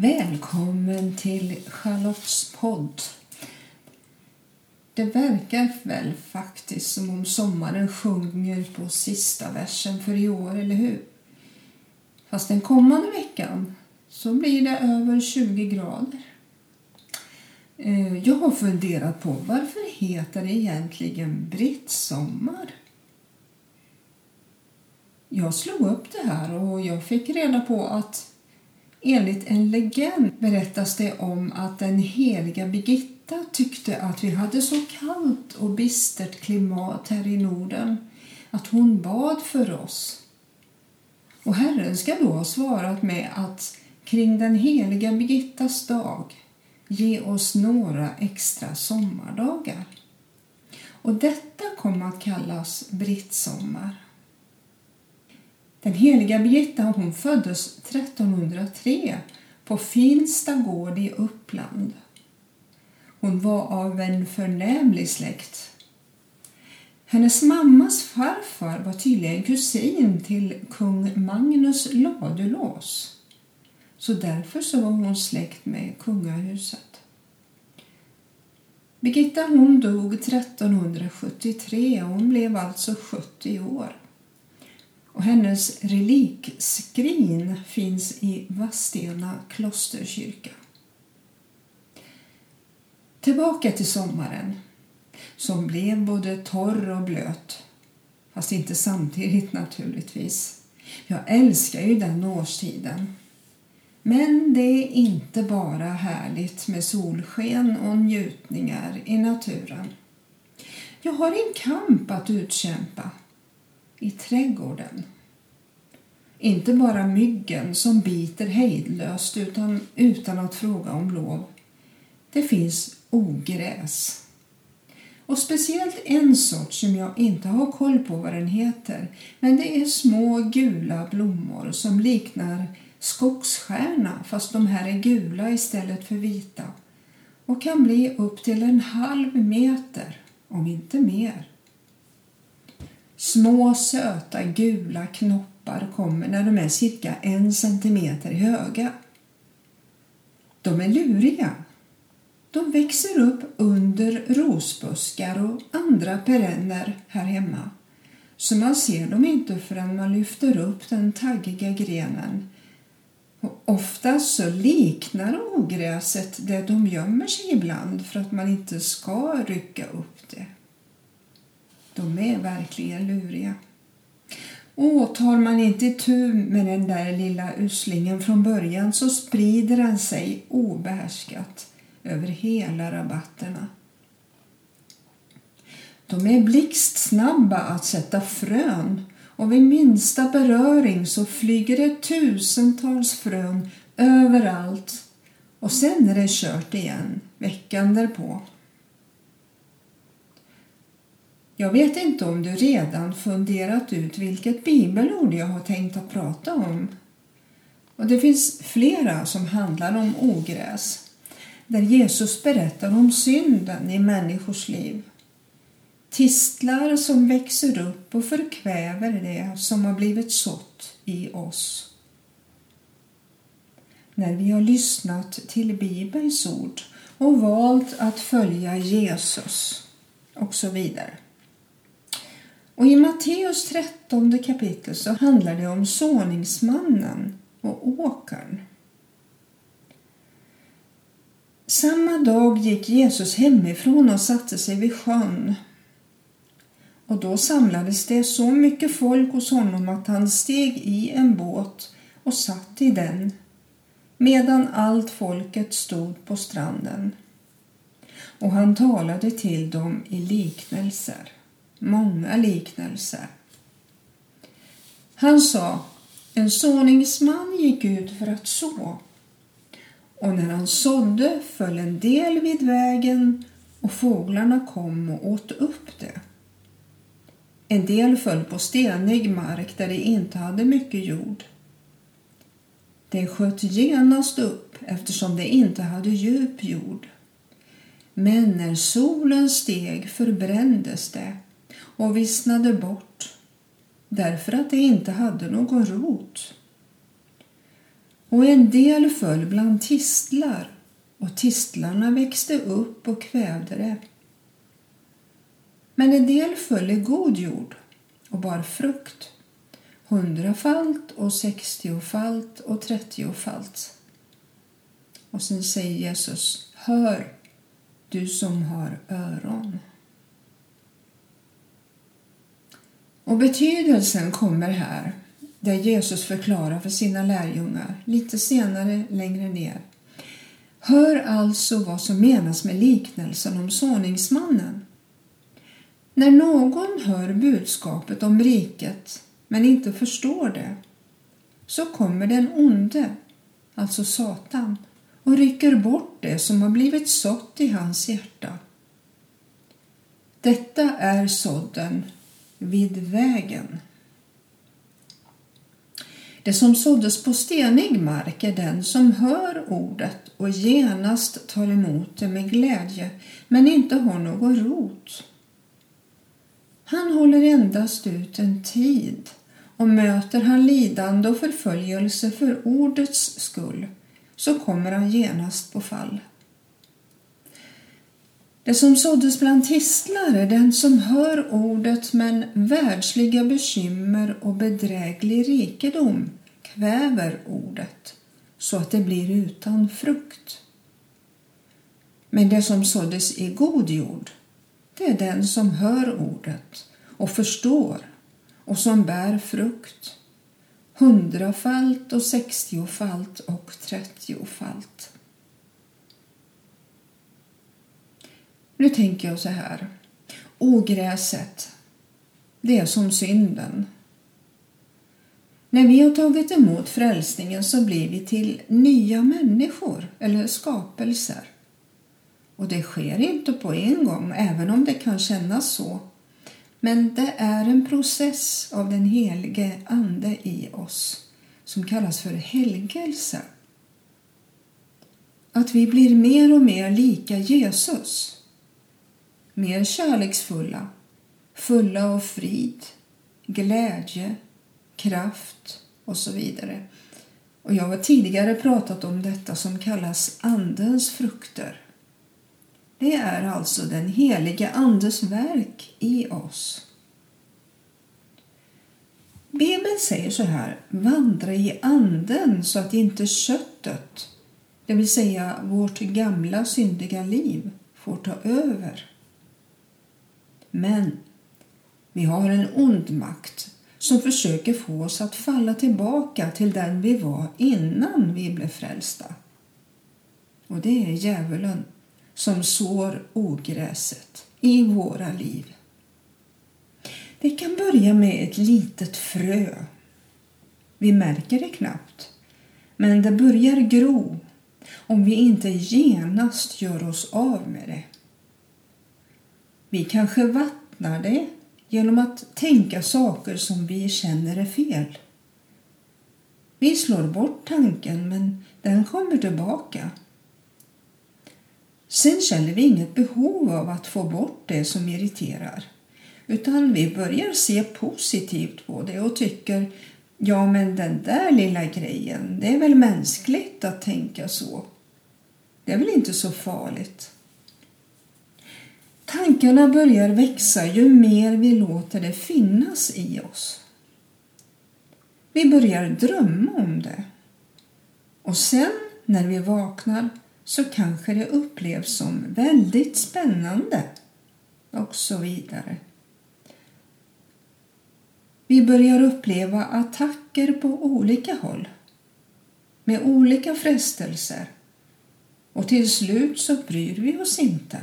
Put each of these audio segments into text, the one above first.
Välkommen till Charlottes podd. Det verkar väl faktiskt som om sommaren sjunger på sista versen för i år, eller hur? Fast den kommande veckan så blir det över 20 grader. Jag har funderat på varför heter det egentligen brittsommar? Jag slog upp det här och jag fick reda på att enligt en legend berättas det om att den heliga Birgitta tyckte att vi hade så kallt och bistert klimat här i Norden att hon bad för oss. Och Herren ska då ha svarat med att kring den heliga Birgittas dag ge oss några extra sommardagar. Och detta kom att kallas brittsommar. Den heliga Birgitta hon föddes 1303 på Finsta gård i Uppland. Hon var av en förnämlig släkt. Hennes mammas farfar var tydligen kusin till kung Magnus Ladulås. Så därför så var hon släkt med kungahuset. Birgitta hon dog 1373 och hon blev alltså 70 år. Och hennes relikskrin finns i Vadstena klosterkyrka. Tillbaka till sommaren som blev både torr och blöt. Fast inte samtidigt naturligtvis. Jag älskar ju den årstiden. Men det är inte bara härligt med solsken och njutningar i naturen. Jag har en kamp att utkämpa i trädgården. Inte bara myggen som biter hejdlöst utan att fråga om lov. Det finns ogräs. Och speciellt en sort som jag inte har koll på vad den heter. Men det är små gula blommor som liknar skogsstjärna fast de här är gula istället för vita. Och kan bli upp till 1/2 meter, om inte mer. Små söta gula knoppar kommer när de är cirka 1 centimeter höga. De är luriga. De växer upp under rosbuskar och andra perenner här hemma. Så man ser dem inte förrän man lyfter upp den taggiga grenen. Och oftast så liknar ogräset det de gömmer sig ibland för att man inte ska rycka upp det. De är verkligen luriga. Och tar man inte tur med den där lilla uslingen från början så sprider den sig obehärskat över hela rabatterna. De är blixtsnabba att sätta frön och vid minsta beröring så flyger det tusentals frön överallt och sen är det kört igen veckan därpå. Jag vet inte om du redan funderat ut vilket bibelord jag har tänkt att prata om. Och det finns flera som handlar om ogräs. Där Jesus berättar om synden i människors liv. Tistlar som växer upp och förkväver det som har blivit sått i oss. När vi har lyssnat till Bibelns ord och valt att följa Jesus och så vidare. Och i Matteus 13 kapitel så handlar det om såningsmannen och åkern. Samma dag gick Jesus hemifrån och satte sig vid sjön. Och då samlades det så mycket folk hos honom att han steg i en båt och satt i den, medan allt folket stod på stranden. Och han talade till dem i liknelser. Många liknelser. Han sa, en såningsman gick ut för att så. Och när han sådde föll en del vid vägen och fåglarna kom och åt upp det. En del föll på stenig mark där det inte hade mycket jord. Det sköt genast upp eftersom det inte hade djup jord. Men när solen steg förbrändes det och vissnade bort därför att det inte hade någon rot. Och en del föll bland tistlar, och tistlarna växte upp och kvävde det. Men en del föll i god jord och bar frukt, 100-falt och 60-falt och 30-falt. Och sen säger Jesus: hör, du som har öron. Och betydelsen kommer här, där Jesus förklarar för sina lärjungar lite senare längre ner. Hör alltså vad som menas med liknelsen om såningsmannen. När någon hör budskapet om riket men inte förstår det, så kommer den onde, alltså Satan, och rycker bort det som har blivit sått i hans hjärta. Detta är sådden vid vägen. Det som såddes på stenig mark är den som hör ordet och genast tar emot det med glädje, men inte har någon rot. Han håller endast ut en tid, och möter han lidande och förföljelse för ordets skull, så kommer han genast på fall. Det som såddes bland tistlar är den som hör ordet, men världsliga bekymmer och bedräglig rikedom kväver ordet, så att det blir utan frukt. Men det som såddes i god jord, det är den som hör ordet och förstår, och som bär frukt, 100-falt och 60-falt och 30-falt. Nu tänker jag så här. Ogräset, det är som synden. När vi har tagit emot frälsningen så blir vi till nya människor eller skapelser. Och det sker inte på en gång, även om det kan kännas så. Men det är en process av den helige ande i oss som kallas för helgelse. Att vi blir mer och mer lika Jesus. Mer kärleksfulla, fulla av frid, glädje, kraft och så vidare. Och jag har tidigare pratat om detta som kallas andens frukter. Det är alltså den heliga andes verk i oss. Bibeln säger så här: vandra i anden så att inte köttet, det vill säga vårt gamla syndiga liv, får ta över. Men vi har en ond makt som försöker få oss att falla tillbaka till den vi var innan vi blev frälsta. Och det är djävulen som sår ogräset i våra liv. Det kan börja med ett litet frö. Vi märker det knappt, men det börjar gro om vi inte genast gör oss av med det. Vi kanske vattnar det genom att tänka saker som vi känner är fel. Vi slår bort tanken, men den kommer tillbaka. Sen känner vi inget behov av att få bort det som irriterar, utan vi börjar se positivt på det och tycker, ja men den där lilla grejen, det är väl mänskligt att tänka så. Det är väl inte så farligt. Tankarna börjar växa ju mer vi låter det finnas i oss. Vi börjar drömma om det. Och sen när vi vaknar så kanske det upplevs som väldigt spännande och så vidare. Vi börjar uppleva attacker på olika håll med olika frestelser, och till slut så bryr vi oss inte.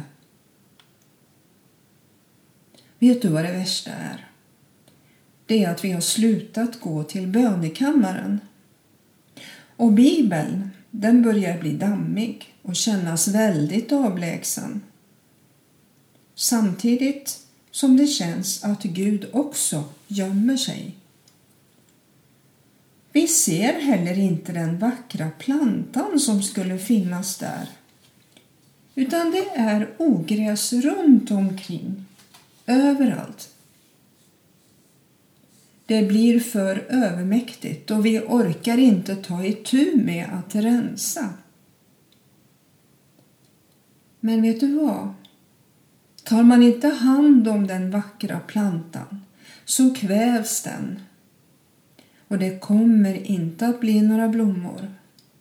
Vet du vad det värsta är? Det är att vi har slutat gå till bönekammaren. Och Bibeln, den börjar bli dammig och kännas väldigt avlägsen. Samtidigt som det känns att Gud också gömmer sig. Vi ser heller inte den vackra plantan som skulle finnas där, utan det är ogräs runt omkring, överallt. Det blir för övermäktigt och vi orkar inte ta itu med att rensa. Men vet du vad? Tar man inte hand om den vackra plantan så kvävs den. Och det kommer inte att bli några blommor.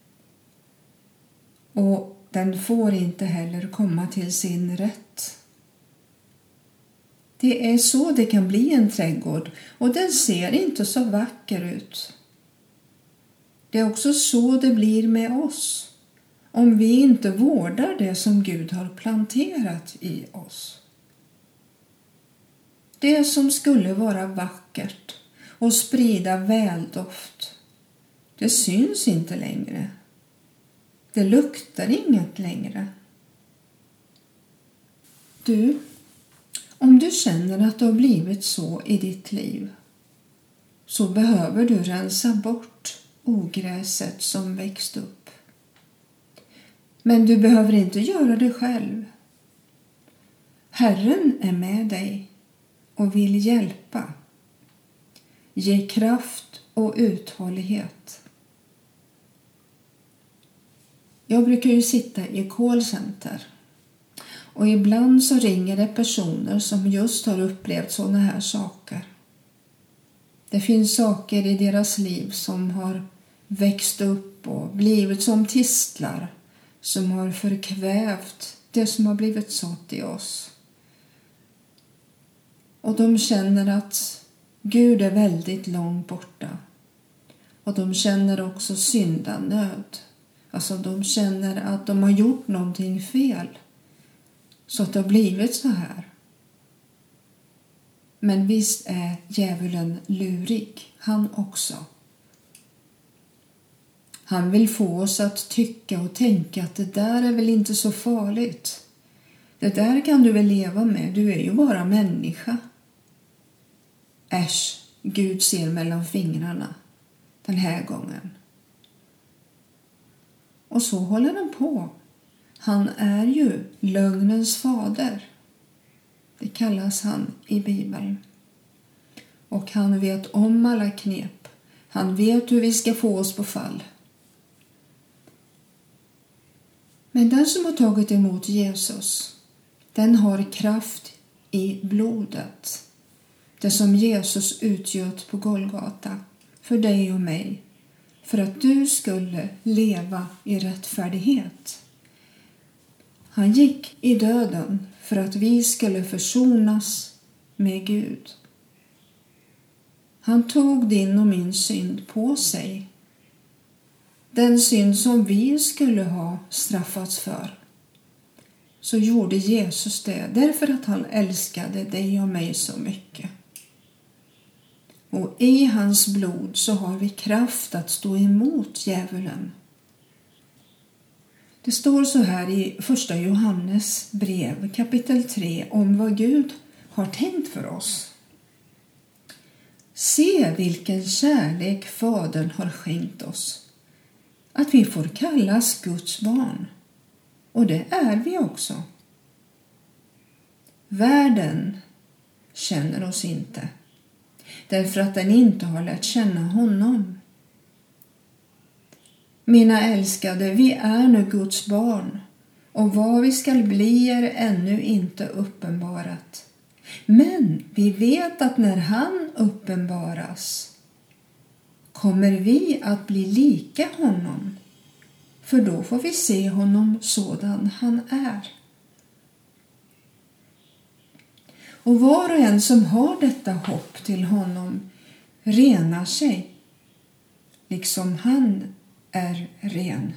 Och den får inte heller komma till sin rätt. Det är så det kan bli en trädgård och den ser inte så vacker ut. Det är också så det blir med oss om vi inte vårdar det som Gud har planterat i oss. Det som skulle vara vackert och sprida väldoft, det syns inte längre. Det luktar inget längre. Du, om du känner att det har blivit så i ditt liv så behöver du rensa bort ogräset som växt upp. Men du behöver inte göra det själv. Herren är med dig och vill hjälpa. Ge kraft och uthållighet. Jag brukar ju sitta i callcenter. Och ibland så ringer det personer som just har upplevt sådana här saker. Det finns saker i deras liv som har växt upp och blivit som tistlar som har förkvävt det som har blivit sått i oss. Och de känner att Gud är väldigt långt borta. Och de känner också syndanöd. Alltså de känner att de har gjort någonting fel. Så att det har blivit så här. Men visst är djävulen lurig, han också. Han vill få oss att tycka och tänka att det där är väl inte så farligt. Det där kan du väl leva med, du är ju bara människa. Äsch, Gud ser mellan fingrarna den här gången. Och så håller han på. Han är ju lögnens fader. Det kallas han i Bibeln. Och han vet om alla knep. Han vet hur vi ska få oss på fall. Men den som har tagit emot Jesus, den har kraft i blodet. Det som Jesus utgöt på Golgata för dig och mig. För att du skulle leva i rättfärdighet. Han gick i döden för att vi skulle försonas med Gud. Han tog din och min synd på sig. Den synd som vi skulle ha straffats för. Så gjorde Jesus det därför att han älskade dig och mig så mycket. Och i hans blod så har vi kraft att stå emot djävulen. Det står så här i första Johannes brev kapitel 3 om vad Gud har tänkt för oss. Se vilken kärlek Fadern har skänkt oss. Att vi får kallas Guds barn. Och det är vi också. Världen känner oss inte. Därför att den inte har lärt känna honom. Mina älskade, vi är nu Guds barn. Och vad vi ska bli är ännu inte uppenbarat. Men vi vet att när han uppenbaras kommer vi att bli lika honom. För då får vi se honom sådan han är. Och var och en som har detta hopp till honom renar sig, liksom han är ren.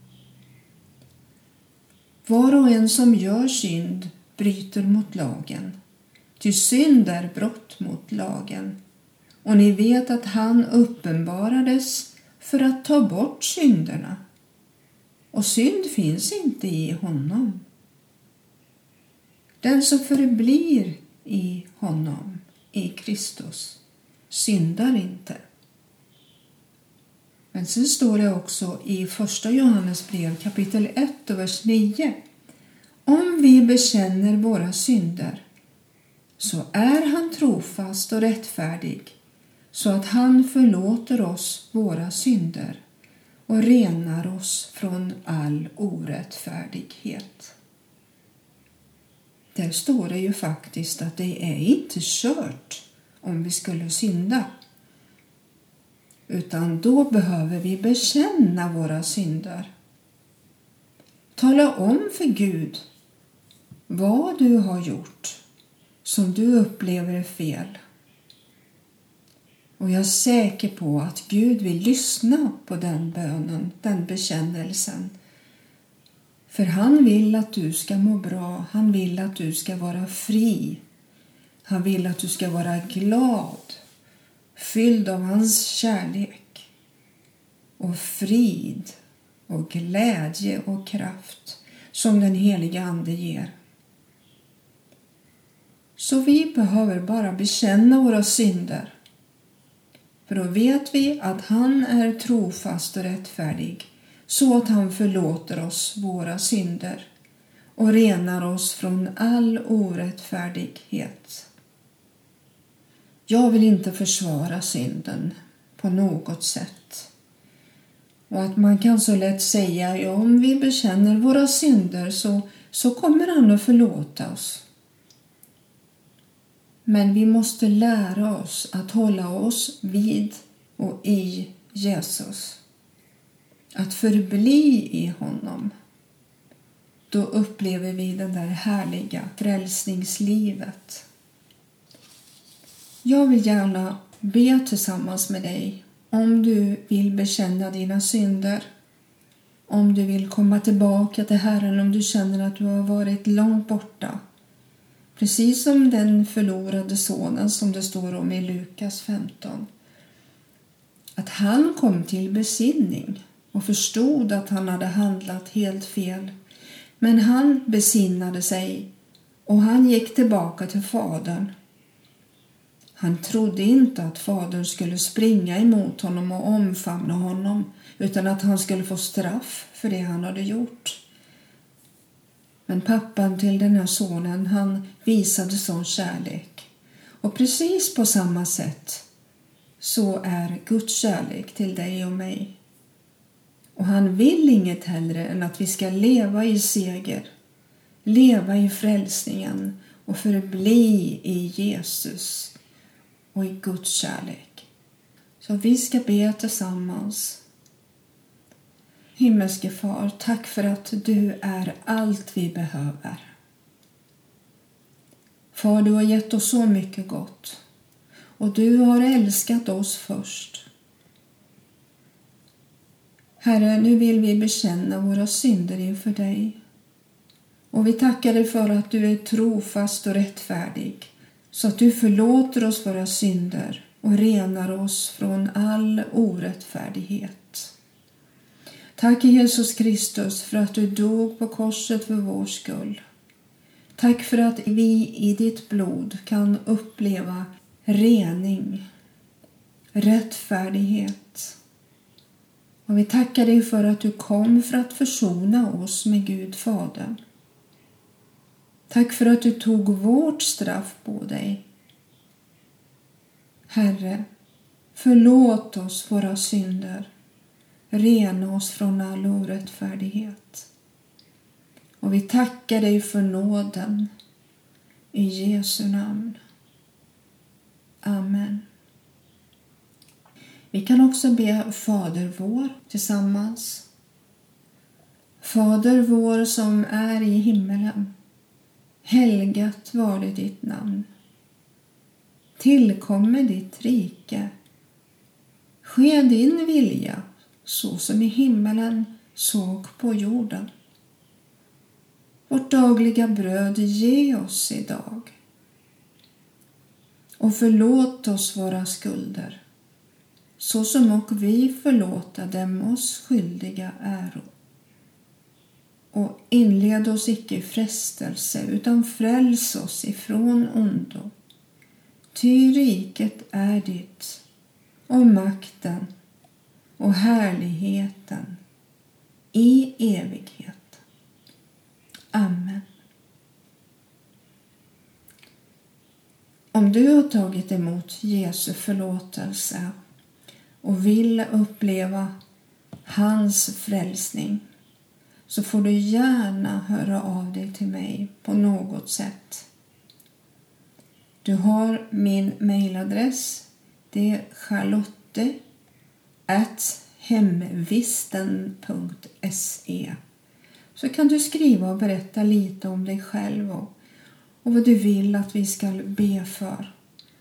Var och en som gör synd bryter mot lagen. Ty synd är brott mot lagen. Och ni vet att han uppenbarades för att ta bort synderna. Och synd finns inte i honom. Den som förblir i honom, i Kristus, syndar inte. Men sen står det också i första Johannes brev kapitel 1 och vers 9. Om vi bekänner våra synder så är han trofast och rättfärdig så att han förlåter oss våra synder och renar oss från all orättfärdighet. Där står det ju faktiskt att det är inte kört om vi skulle synda. Utan då behöver vi bekänna våra synder. Tala om för Gud vad du har gjort som du upplever är fel. Och jag är säker på att Gud vill lyssna på den bönen, den bekännelsen. För han vill att du ska må bra. Han vill att du ska vara fri. Han vill att du ska vara glad. Fylld av hans kärlek. Och frid. Och glädje och kraft. Som den heliga ande ger. Så vi behöver bara bekänna våra synder. För då vet vi att han är trofast och rättfärdig. Så att han förlåter oss våra synder och renar oss från all orättfärdighet. Jag vill inte försvara synden på något sätt. Och att man kan så lätt säga, ja, om vi bekänner våra synder så kommer han att förlåta oss. Men vi måste lära oss att hålla oss vid och i Jesus. Att förbli i honom. Då upplever vi det där härliga frälsningslivet. Jag vill gärna be tillsammans med dig om du vill bekänna dina synder. Om du vill komma tillbaka till Herren, om du känner att du har varit långt borta. Precis som den förlorade sonen som det står om i Lukas 15. Att han kom till besinning och förstod att han hade handlat helt fel. Men han besinnade sig och han gick tillbaka till fadern. Han trodde inte att fadern skulle springa emot honom och omfamna honom, utan att han skulle få straff för det han hade gjort. Men pappan till den här sonen, han visade sån kärlek. Och precis på samma sätt så är Guds kärlek till dig och mig. Och han vill inget hellre än att vi ska leva i seger, leva i frälsningen och förbli i Jesus och i Guds kärlek. Så vi ska be tillsammans. Himmelske far, tack för att du är allt vi behöver. Far, du har gett oss så mycket gott. Och du har älskat oss först. Herre, nu vill vi bekänna våra synder inför dig. Och vi tackar dig för att du är trofast och rättfärdig. Så att du förlåter oss våra synder och renar oss från all orättfärdighet. Tack Jesus Kristus för att du dog på korset för vår skull. Tack för att vi i ditt blod kan uppleva rening, rättfärdighet. Och vi tackar dig för att du kom för att försona oss med Gud Fadern. Tack för att du tog vårt straff på dig. Herre, förlåt oss våra synder. Rena oss från all orättfärdighet. Och vi tackar dig för nåden. I Jesu namn. Amen. Vi kan också be Fader vår tillsammans. Fader vår som är i himmelen. Helgat vare ditt namn. Tillkommer ditt rike. Ske din vilja så som i himmelen så på jorden. Vårt dagliga bröd ge oss idag. Och förlåt oss våra skulder, så som och vi förlåta dem oss skyldiga äro. Och inled oss icke i frestelse, utan fräls oss ifrån ondo. Ty riket är ditt, och makten och härligheten i evighet. Amen. Om du har tagit emot Jesu förlåtelse och vill uppleva hans frälsning, så får du gärna höra av dig till mig på något sätt. Du har min mailadress. Det är charlotte@hemvisten.se. Så kan du skriva och berätta lite om dig själv och vad du vill att vi ska be för.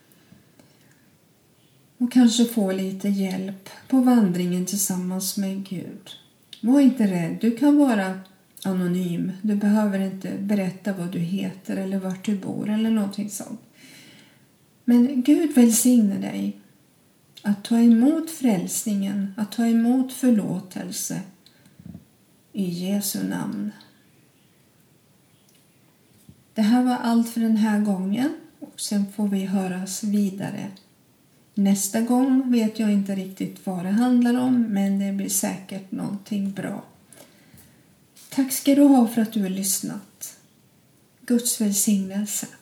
Och kanske få lite hjälp på vandringen tillsammans med Gud. Var inte rädd, du kan vara anonym. Du behöver inte berätta vad du heter eller vart du bor eller någonting sånt. Men Gud välsigne dig att ta emot frälsningen, att ta emot förlåtelse i Jesu namn. Det här var allt för den här gången och sen får vi höras vidare. Nästa gång vet jag inte riktigt vad det handlar om, men det blir säkert någonting bra. Tack ska du ha för att du har lyssnat. Guds välsignelse.